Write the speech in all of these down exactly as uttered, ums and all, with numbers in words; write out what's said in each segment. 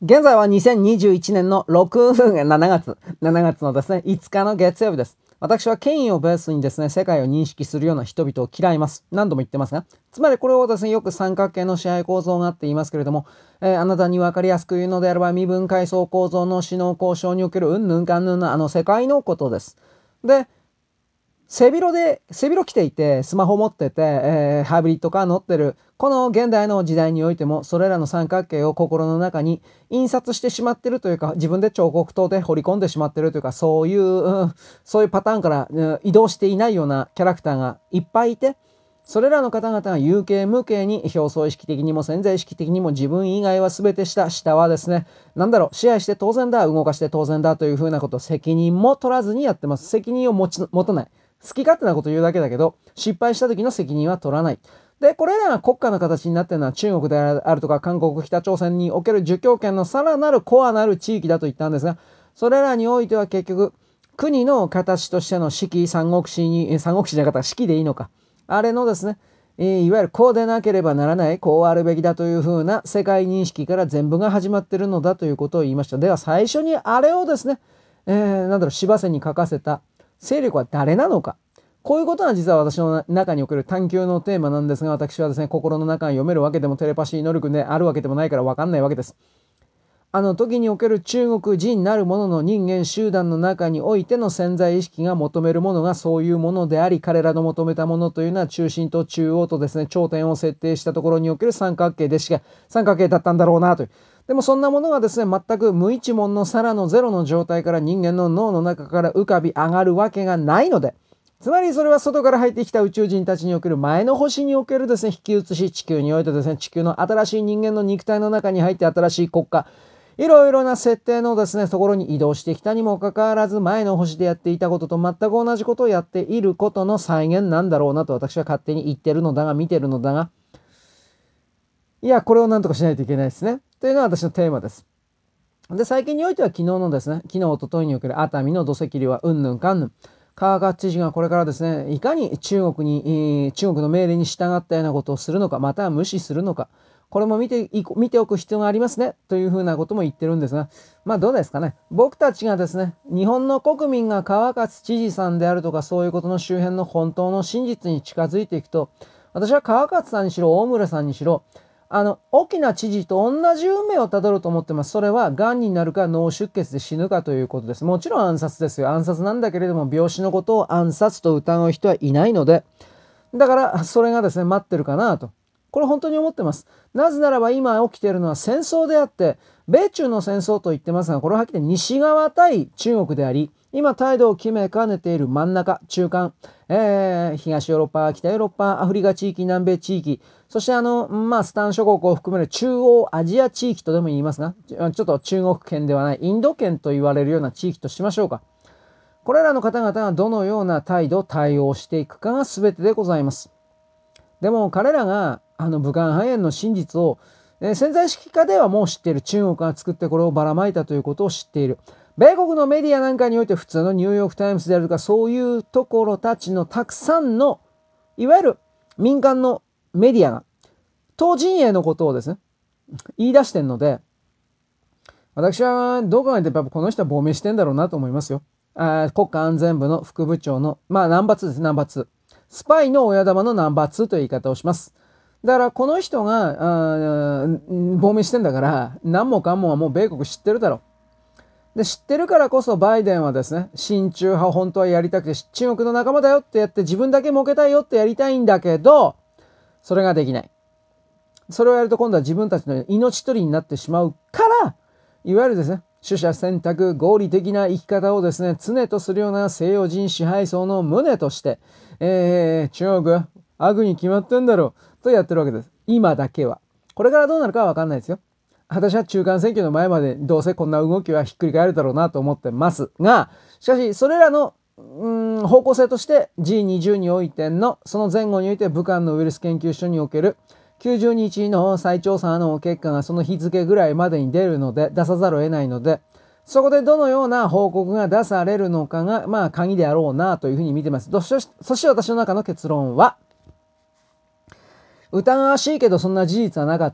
現在はにせんにじゅういちねんのろく、しちがつ、しちがつのですね、いつかの月曜日です。私は権威をベースにですね、世界を認識するような人々を嫌います。何度も言ってますが、つまりこれをですね、よく三角形の支配構造があって言いますけれども、えー、あなたに分かりやすく言うのであれば、身分階層構造の首脳交渉におけるうんぬんかんぬんのあの世界のことです。で、背広で、背広着ていて、スマホ持ってて、えー、ハイブリッドカー乗ってる、この現代の時代においても、それらの三角形を心の中に印刷してしまってるというか、自分で彫刻刀で彫り込んでしまってるというか、そういう、うん、そういうパターンから、うん、移動していないようなキャラクターがいっぱいいて、それらの方々が有形無形に表層意識的にも潜在意識的にも自分以外は全て下、下はですね、なんだろう、支配して当然だ、動かして当然だというふうなことを責任も取らずにやってます。責任を持ち、持たない。好き勝手なこと言うだけだけど、失敗した時の責任は取らない。で、これらが国家の形になっているのは中国であるとか韓国、北朝鮮における儒教圏のさらなるコアなる地域だと言ったんですが、それらにおいては結局、国の形としての四季、三国志に、三国志じゃなかったら四季でいいのか。あれのですね、いわゆるこうでなければならない、こうあるべきだというふうな世界認識から全部が始まっているのだということを言いました。では最初にあれをですね、えー、なんだろう、芝線に書かせた勢力は誰なのか。こういうことが実は私の中における探求のテーマなんですが、私はですね、心の中が読めるわけでもテレパシー能力であるわけでもないから分かんないわけです。あの時における中国人なるものの人間集団の中においての潜在意識が求めるものがそういうものであり、彼らの求めたものというのは中心と中央とですね、頂点を設定したところにおける三角形でしか、三角形だったんだろうなという。でもそんなものがですね、全く無一文の皿のゼロの状態から人間の脳の中から浮かび上がるわけがないので、つまりそれは外から入ってきた宇宙人たちにおける前の星におけるですね、引き写し地球においてですね、地球の新しい人間の肉体の中に入って新しい国家、いろいろな設定のですね、ところに移動してきたにもかかわらず、前の星でやっていたことと全く同じことをやっていることの再現なんだろうなと私は勝手に言ってるのだが、見てるのだが、いや、これをなんとかしないといけないですね。というのが私のテーマです。で、最近においては昨日のですね、昨日、おとといにおける熱海の土石流はうんぬんかんぬん。川勝知事がこれからですね、いかに中国に、中国の命令に従ったようなことをするのか、または無視するのか、これも見て、見ておく必要がありますね、というふうなことも言ってるんですが、まあどうですかね。僕たちがですね、日本の国民が川勝知事さんであるとか、そういうことの周辺の本当の真実に近づいていくと、私は川勝さんにしろ、大村さんにしろ、あの、大きな知事と同じ運命をたどると思ってます。それは、癌になるか脳出血で死ぬかということです。もちろん暗殺ですよ。暗殺なんだけれども、病死のことを暗殺と疑う人はいないので、だから、それがですね、待ってるかなと。これ本当に思ってます。なぜならば今起きているのは戦争であって、米中の戦争と言ってますが、これははっきり西側対中国であり、今態度を決めかねている真ん中、中間、えー、東ヨーロッパ、北ヨーロッパ、アフリカ地域、南米地域、そしてあの、まあ、スタン諸国を含める中央アジア地域とでも言いますが、ちょっと中国圏ではない、インド圏と言われるような地域としましょうか。これらの方々がどのような態度、対応していくかが全てでございます。でも彼らがあの武漢肺炎の真実を、えー、潜在意識下ではもう知っている。中国が作ってこれをばらまいたということを知っている。米国のメディアなんかにおいて普通のニューヨークタイムズであるとかそういうところたちのたくさんのいわゆる民間のメディアが当陣営のことをですね言い出してるので、私はどう考えてもやっぱこの人は亡命してんだろうなと思いますよ。あ国家安全部の副部長の、まあナンバーツーです、ナンバーツー。スパイの親玉のナンバーツーという言い方をします。だからこの人が、亡命してんだから、何もかもはもう米国知ってるだろう。で、知ってるからこそバイデンはですね、親中派本当はやりたくて、中国の仲間だよってやって自分だけ儲けたいよってやりたいんだけど、それができない。それをやると今度は自分たちの命取りになってしまうから、いわゆるですね、取捨選択、合理的な生き方をですね、常とするような西洋人支配層の旨として、えー、中国、悪に決まってんだろう、とやってるわけです。今だけは。これからどうなるかはわかんないですよ。私は中間選挙の前までどうせこんな動きはひっくり返るだろうなと思ってますが、しかし、それらのうん方向性として ジーにじゅう においての、その前後において武漢のウイルス研究所におけるきゅうじゅうにちの再調査の結果がその日付ぐらいまでに出るので、出さざるを得ないので、そこでどのような報告が出されるのかが、まあ、鍵であろうなというふうに見てます。そして私の中の結論は、疑わしいけどそんな事実はなかった。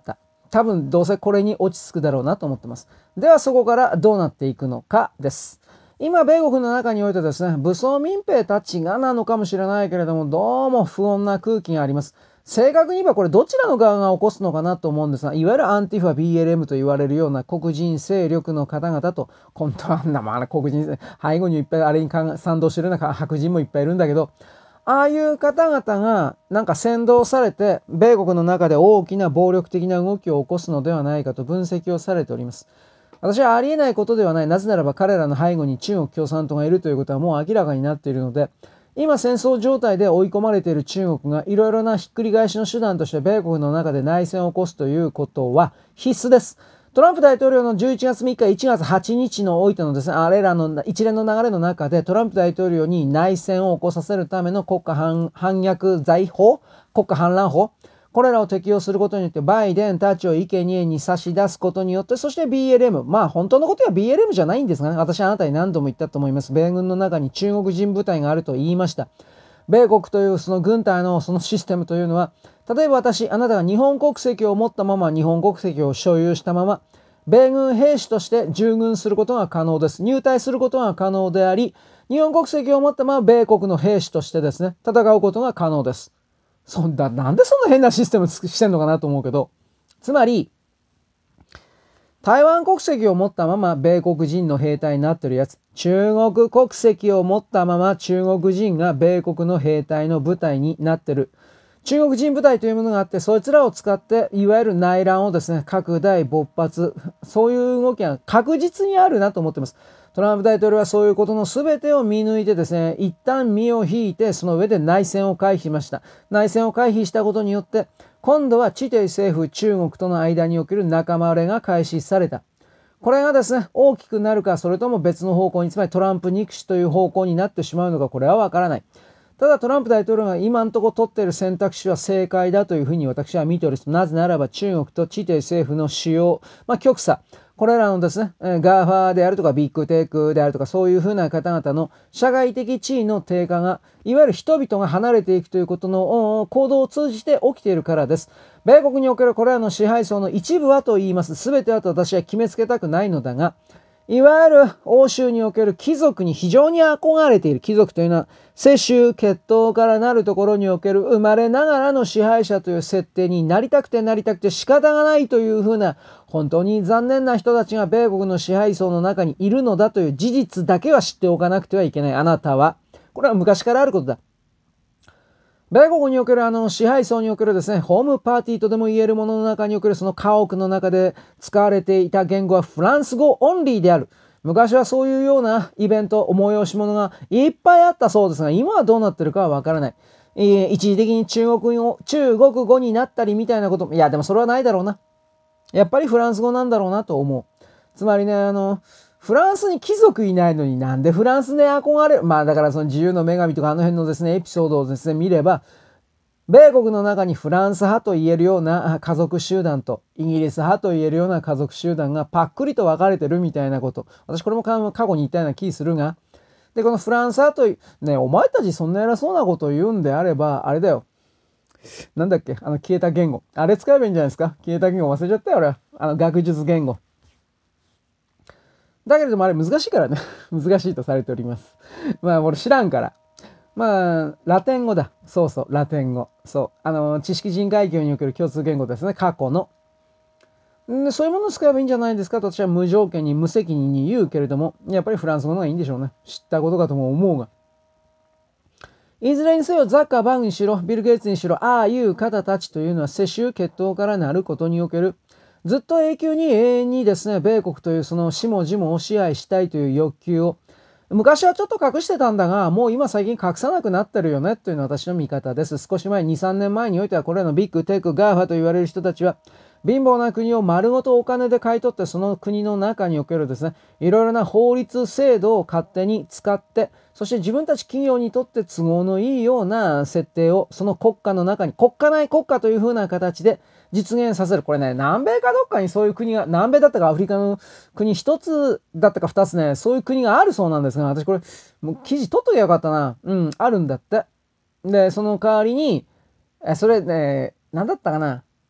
多分どうせこれに落ち着くだろうなと思ってます。ではそこからどうなっていくのかです。今、米国の中においてですね、武装民兵たちがなのかもしれないけれども、どうも不穏な空気があります。正確に言えばこれどちらの側が起こすのかなと思うんですが、いわゆるアンティファ ビーエルエム と言われるような黒人勢力の方々と、本当はあんな、まあ、黒人、背後にいっぱいあれに賛同してるような白人もいっぱいいるんだけど、ああいう方々がなんか扇動されて、米国の中で大きな暴力的な動きを起こすのではないかと分析をされております。私はありえないことではない。なぜならば彼らの背後に中国共産党がいるということはもう明らかになっているので、今戦争状態で追い込まれている中国がいろいろなひっくり返しの手段として米国の中で内戦を起こすということは必須です。トランプ大統領のじゅういちがつみっか、いちがつはちにちのおいてのですね、あれらの一連の流れの中でトランプ大統領に内戦を起こさせるための国家反反逆罪法、国家反乱法、これらを適用することによってバイデンたちを生贄に差し出すことによって、そして ビーエルエム、まあ本当のことは ビーエルエム じゃないんですがね、私はあなたに何度も言ったと思います。米軍の中に中国人部隊があると言いました。米国というその軍隊のそのシステムというのは、例えば私、あなたが日本国籍を持ったまま、日本国籍を所有したまま、米軍兵士として従軍することが可能です。入隊することが可能であり、日本国籍を持ったまま米国の兵士としてですね、戦うことが可能です。そんな、なんでそんな変なシステムしてんのかなと思うけど、つまり、台湾国籍を持ったまま米国人の兵隊になってるやつ、中国国籍を持ったまま中国人が米国の兵隊の部隊になってる。中国人部隊というものがあって、そいつらを使って、いわゆる内乱をですね、拡大、勃発、そういう動きが確実にあるなと思っています。トランプ大統領はそういうことの全てを見抜いてですね、一旦身を引いて、その上で内戦を回避しました。内戦を回避したことによって、今度はチテイ政府、中国との間における仲間割れが開始された。これがですね、大きくなるか、それとも別の方向に、つまりトランプ憎しという方向になってしまうのか、これはわからない。ただトランプ大統領が今のところ取っている選択肢は正解だというふうに私は見ております。なぜならば中国と地底政府の主要、まあ、極左、これらのですね、ガーファーであるとかビッグテックであるとかそういうふうな方々の社会的地位の低下が、いわゆる人々が離れていくということの行動を通じて起きているからです。米国におけるこれらの支配層の一部はと言います。すべてはと私は決めつけたくないのだが、いわゆる欧州における貴族に非常に憧れている貴族というのは、世襲血統からなるところにおける生まれながらの支配者という設定になりたくてなりたくて仕方がないというふうな、本当に残念な人たちが米国の支配層の中にいるのだという事実だけは知っておかなくてはいけない。あなたは。これは昔からあることだ。米国におけるあの支配層におけるですね、ホームパーティーとでも言えるものの中におけるその家屋の中で使われていた言語はフランス語オンリーである。昔はそういうようなイベント、催し物がいっぱいあったそうですが、今はどうなってるかはわからない。えー、一時的に中国語、中国語になったりみたいなこと、いやでもそれはないだろうな。やっぱりフランス語なんだろうなと思う。つまりね、あの、フランスに貴族いないのになんでフランスで憧れる、まあだからその自由の女神とかあの辺のですね、エピソードをですね、見れば、米国の中にフランス派と言えるような家族集団とイギリス派と言えるような家族集団がパックリと分かれてるみたいなこと。私これも過去に言ったような気するが。で、このフランス派と、ね、お前たちそんな偉そうなことを言うんであれば、あれだよ。なんだっけあの消えた言語。あれ使えばいいんじゃないですか。消えた言語忘れちゃったよ俺。あの学術言語。だけれどもあれ難しいからね。難しいとされております。まあ俺知らんから。まあ、ラテン語だ。そうそう、ラテン語。そう。あの、知識人階級における共通言語ですね。過去の。んそういうものを使えばいいんじゃないですかと私は無条件に無責任に言うけれども、やっぱりフランス語の方がいいんでしょうね。知ったことかとも思うが。いずれにせよ、ザッカーバーグにしろ、ビル・ゲイツにしろ、ああいう方たちというのは世襲血統からなることにおける、ずっと永久に永遠にですね、米国というその死も字もを支配したいという欲求を、昔はちょっと隠してたんだが、もう今最近隠さなくなってるよね、というのは私の見方です。少し前、に、さんねんまえにおいては、これらのビッグテック、ガーファと言われる人たちは、貧乏な国を丸ごとお金で買い取って、その国の中におけるですね、いろいろな法律制度を勝手に使って、そして自分たち企業にとって都合のいいような設定を、その国家の中に、国家内国家という風な形で実現させる。これね、南米かどっかにそういう国が、南米だったかアフリカの国一つだったか二つね、そういう国があるそうなんですが、私これ、もう記事取っときゃよかったな。うん、あるんだって。で、その代わりに、え、それね、なんだったかな。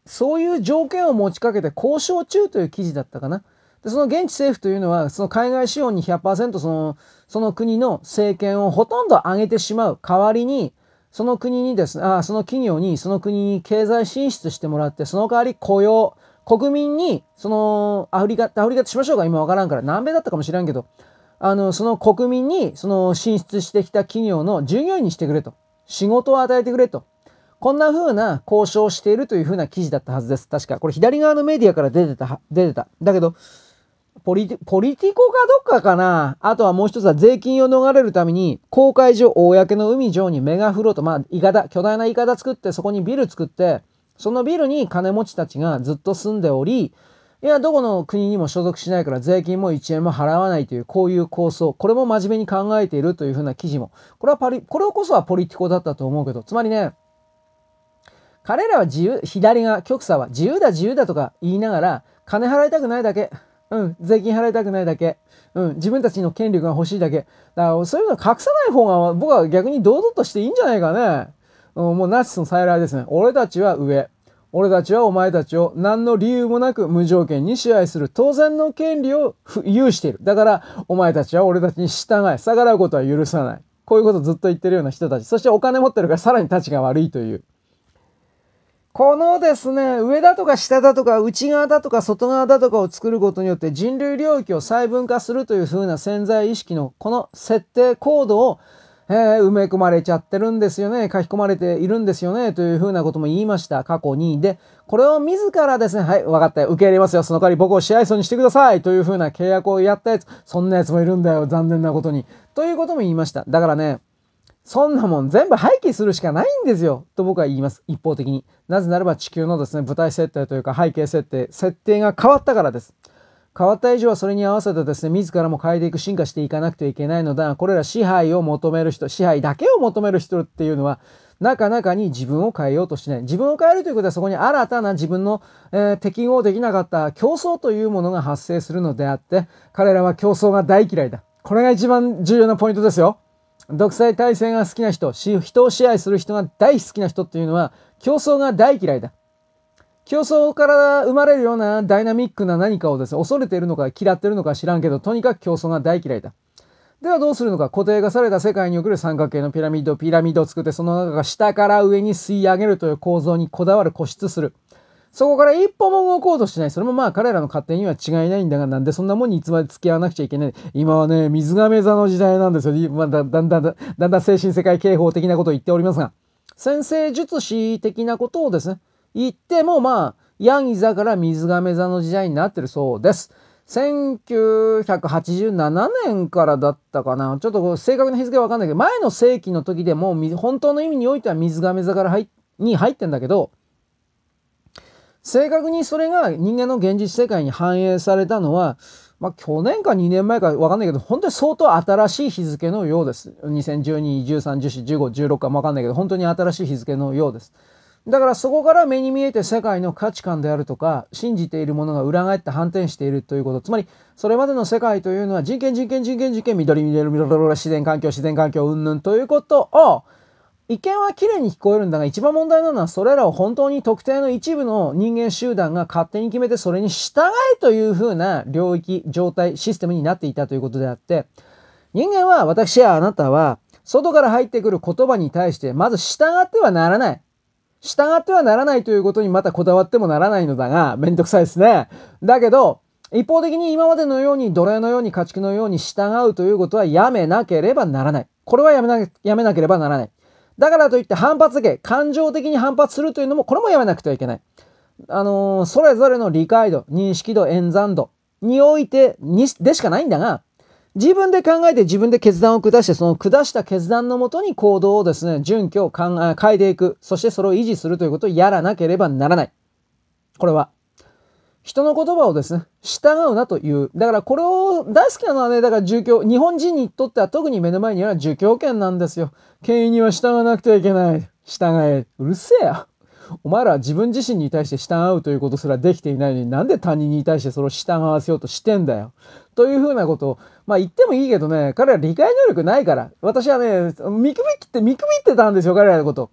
そういう条件を持ちかけて交渉中という記事だったかな。で、その現地政府というのは、その海外資本にひゃくパーセントその、その国の政権をほとんど上げてしまう代わりに、その国にですね、あその企業にその国に経済進出してもらって、その代わり雇用、国民に、その、アフリカ、アフリカとしましょうか、今わからんから、南米だったかもしれんけど、あの、その国民に、その進出してきた企業の従業員にしてくれと。仕事を与えてくれと。こんな風な交渉をしているという風な記事だったはずです。確か。これ左側のメディアから出てた、出てた。だけど、ポリティ、ポリティコかどっかかな。あとはもう一つは税金を逃れるために、公海上、公の海上にメガフロート、まあ、イカダ、巨大なイカダ作って、そこにビル作って、そのビルに金持ちたちがずっと住んでおり、いや、どこの国にも所属しないから税金もいちえんも払わないという、こういう構想。これも真面目に考えているというふうな記事も。これはパリ、これこそはポリティコだったと思うけど、つまりね、彼らは自由、左が、極左は自由だ自由だとか言いながら、金払いたくないだけ。うん、税金払いたくないだけ。うん、自分たちの権力が欲しいだけ。だからそういうの隠さない方が僕は逆に堂々としていいんじゃないかね。うん、もうナチスの再来ですね。俺たちは上。俺たちはお前たちを何の理由もなく無条件に支配する当然の権利を有している。だからお前たちは俺たちに従え、逆らうことは許さない。こういうことをずっと言ってるような人たち。そしてお金持ってるからさらに立ちが悪いという。このですね、上だとか下だとか内側だとか外側だとかを作ることによって人類領域を細分化するという風な潜在意識のこの設定コードを、えー、埋め込まれちゃってるんですよね。書き込まれているんですよね。という風なことも言いました。過去に。で、これを自らですね、はい、分かったよ。受け入れますよ。その代わり僕を支配層にしてください。という風な契約をやったやつ。そんなやつもいるんだよ。残念なことに。ということも言いました。だからね、そんなもん全部廃棄するしかないんですよ。と僕は言います。一方的に。なぜならば地球のですね、舞台設定というか背景設定、設定が変わったからです。変わった以上はそれに合わせてですね、自らも変えていく、進化していかなくてはいけないのだ。これら支配を求める人、支配だけを求める人っていうのは、なかなかに自分を変えようとしない。自分を変えるということはそこに新たな自分の、えー、適合できなかった競争というものが発生するのであって、彼らは競争が大嫌いだ。これが一番重要なポイントですよ。独裁体制が好きな人、人を支配する人が大好きな人っていうのは競争が大嫌いだ。競争から生まれるようなダイナミックな何かをですね、恐れているのか嫌っているのか知らんけど、とにかく競争が大嫌いだ。ではどうするのか。固定化された世界における三角形のピラミッド、ピラミッドを作って、その中が下から上に吸い上げるという構造にこだわる、固執する。そこから一歩も動こうとしない。それもまあ彼らの勝手には違いないんだが、なんでそんなもんにいつまで付き合わなくちゃいけない。今はね、水亀座の時代なんですよ。まあ、だだんだんだんだんだん精神世界警報的なことを言っておりますが、先生術師的なことをですね、言ってもまあ、ヤギ座から水亀座の時代になってるそうです。せんきゅうひゃくはちじゅうななねんからだったかな。ちょっと正確な日付はわかんないけど、前の世紀の時でも本当の意味においては水亀座から入に入ってんだけど、正確にそれが人間の現実世界に反映されたのは、まあ、去年かにねんまえかわかんないけど、本当に相当新しい日付のようです。にせんじゅうに、じゅうさん、じゅうよん、じゅうご、じゅうろくかもわかんないけど、本当に新しい日付のようです。だからそこから目に見えて世界の価値観であるとか、信じているものが裏返って反転しているということ。つまり、それまでの世界というのは人権、人権、人権、人権、緑、緑、緑、緑、自然環境、自然環境、うんぬんということを、一見は綺麗に聞こえるんだが、一番問題なのはそれらを本当に特定の一部の人間集団が勝手に決めてそれに従えというふうな領域、状態、システムになっていたということであって、人間は、私やあなたは、外から入ってくる言葉に対して、まず従ってはならない。従ってはならないということにまたこだわってもならないのだが、めんどくさいですね。だけど、一方的に今までのように奴隷のように家畜のように従うということはやめなければならない。これはやめな、やめなければならない。だからといって反発系、感情的に反発するというのも、これもやめなくてはいけない。あのー、それぞれの理解度、認識度、演算度においてに、でしかないんだが、自分で考えて自分で決断を下して、その下した決断のもとに行動をですね、準拠を考え、変えていく。そしてそれを維持するということをやらなければならない。これは。人の言葉をですね、従うなという。だからこれを大好きなのはね、だから住居、日本人にとっては特に目の前には住居権なんですよ。権威には従わなくてはいけない。従え。うるせえよ。お前らは自分自身に対して従うということすらできていないのになんで他人に対してそれを従わせようとしてんだよ。というふうなことを、まあ言ってもいいけどね、彼ら理解能力ないから。私はね、見くびって、見くびってたんですよ、彼らのこと。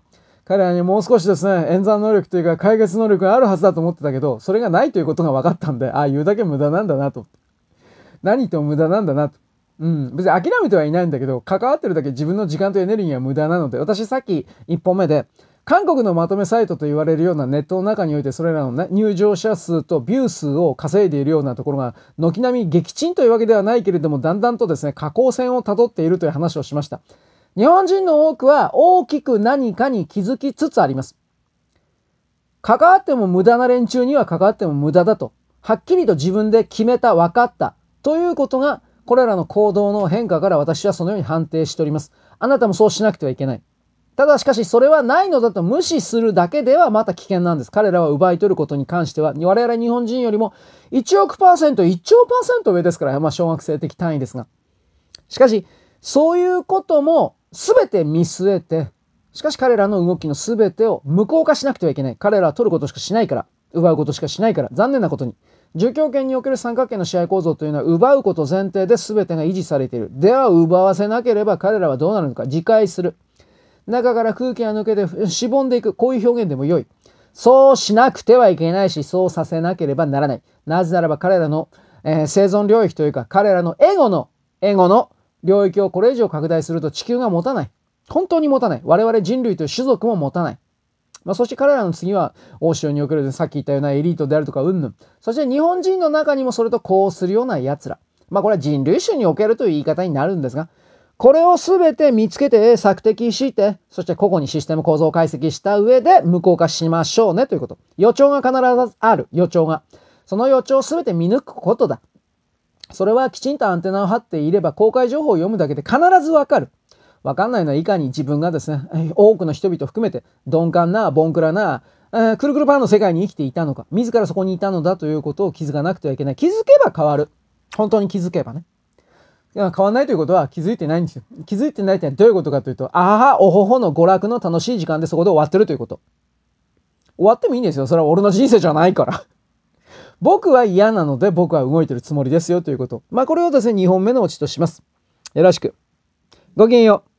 彼らにもう少しですね、演算能力というか解決能力があるはずだと思ってたけど、それがないということが分かったんで、ああ、言うだけ無駄なんだなと。何言っても無駄なんだなと。うん。別に諦めてはいないんだけど、関わってるだけ自分の時間とエネルギーは無駄なので、私さっきいっぽんめで、韓国のまとめサイトと言われるようなネットの中においてそれらのね、入場者数とビュー数を稼いでいるようなところが、軒並み撃沈というわけではないけれども、だんだんとですね、下降線をたどっているという話をしました。日本人の多くは大きく何かに気づきつつあります。関わっても無駄な連中には関わっても無駄だと、はっきりと自分で決めた、分かったということが、これらの行動の変化から私はそのように判定しております。あなたもそうしなくてはいけない。ただしかしそれはないのだと無視するだけではまた危険なんです。彼らは奪い取ることに関しては我々日本人よりもいちおくパーセント、いっちょうパーセント上ですから、まあ小学生的単位ですが。しかしそういうことも全て見据えて、しかし彼らの動きの全てを無効化しなくてはいけない。彼らは取ることしかしないから、奪うことしかしないから、残念なことに。儒教圏における三角形の支配構造というのは奪うこと前提で全てが維持されている。では奪わせなければ彼らはどうなるのか。自戒する。中から空気が抜けてしぼんでいく。こういう表現でも良い。そうしなくてはいけないし、そうさせなければならない。なぜならば彼らの、えー、生存領域というか、彼らのエゴの、エゴの領域をこれ以上拡大すると地球が持たない。本当に持たない。我々人類という種族も持たない。まあ、そして彼らの次は欧州におけるさっき言ったようなエリートであるとかうんぬん。そして日本人の中にもそれとこうするような奴ら。まあこれは人類種におけるという言い方になるんですが、これを全て見つけて索敵して、そして個々にシステム構造を解析した上で無効化しましょうねということ。予兆が必ずある。予兆が。その予兆を全て見抜くことだ。それはきちんとアンテナを張っていれば公開情報を読むだけで必ずわかる。わかんないのはいかに自分がですね、多くの人々を含めて鈍感な、ボンクラな、えー、くるくるパンの世界に生きていたのか、自らそこにいたのだということを気づかなくてはいけない。気づけば変わる。本当に気づけばね。いや変わらないということは気づいてないんですよ。気づいてないってどういうことかというと、ああ、おほほの娯楽の楽しい時間でそこで終わってるということ。終わってもいいんですよ。それは俺の人生じゃないから。僕は嫌なので僕は動いてるつもりですよということ。まあこれをですね、にほんめのオチとします。よろしく。ごきげんよう。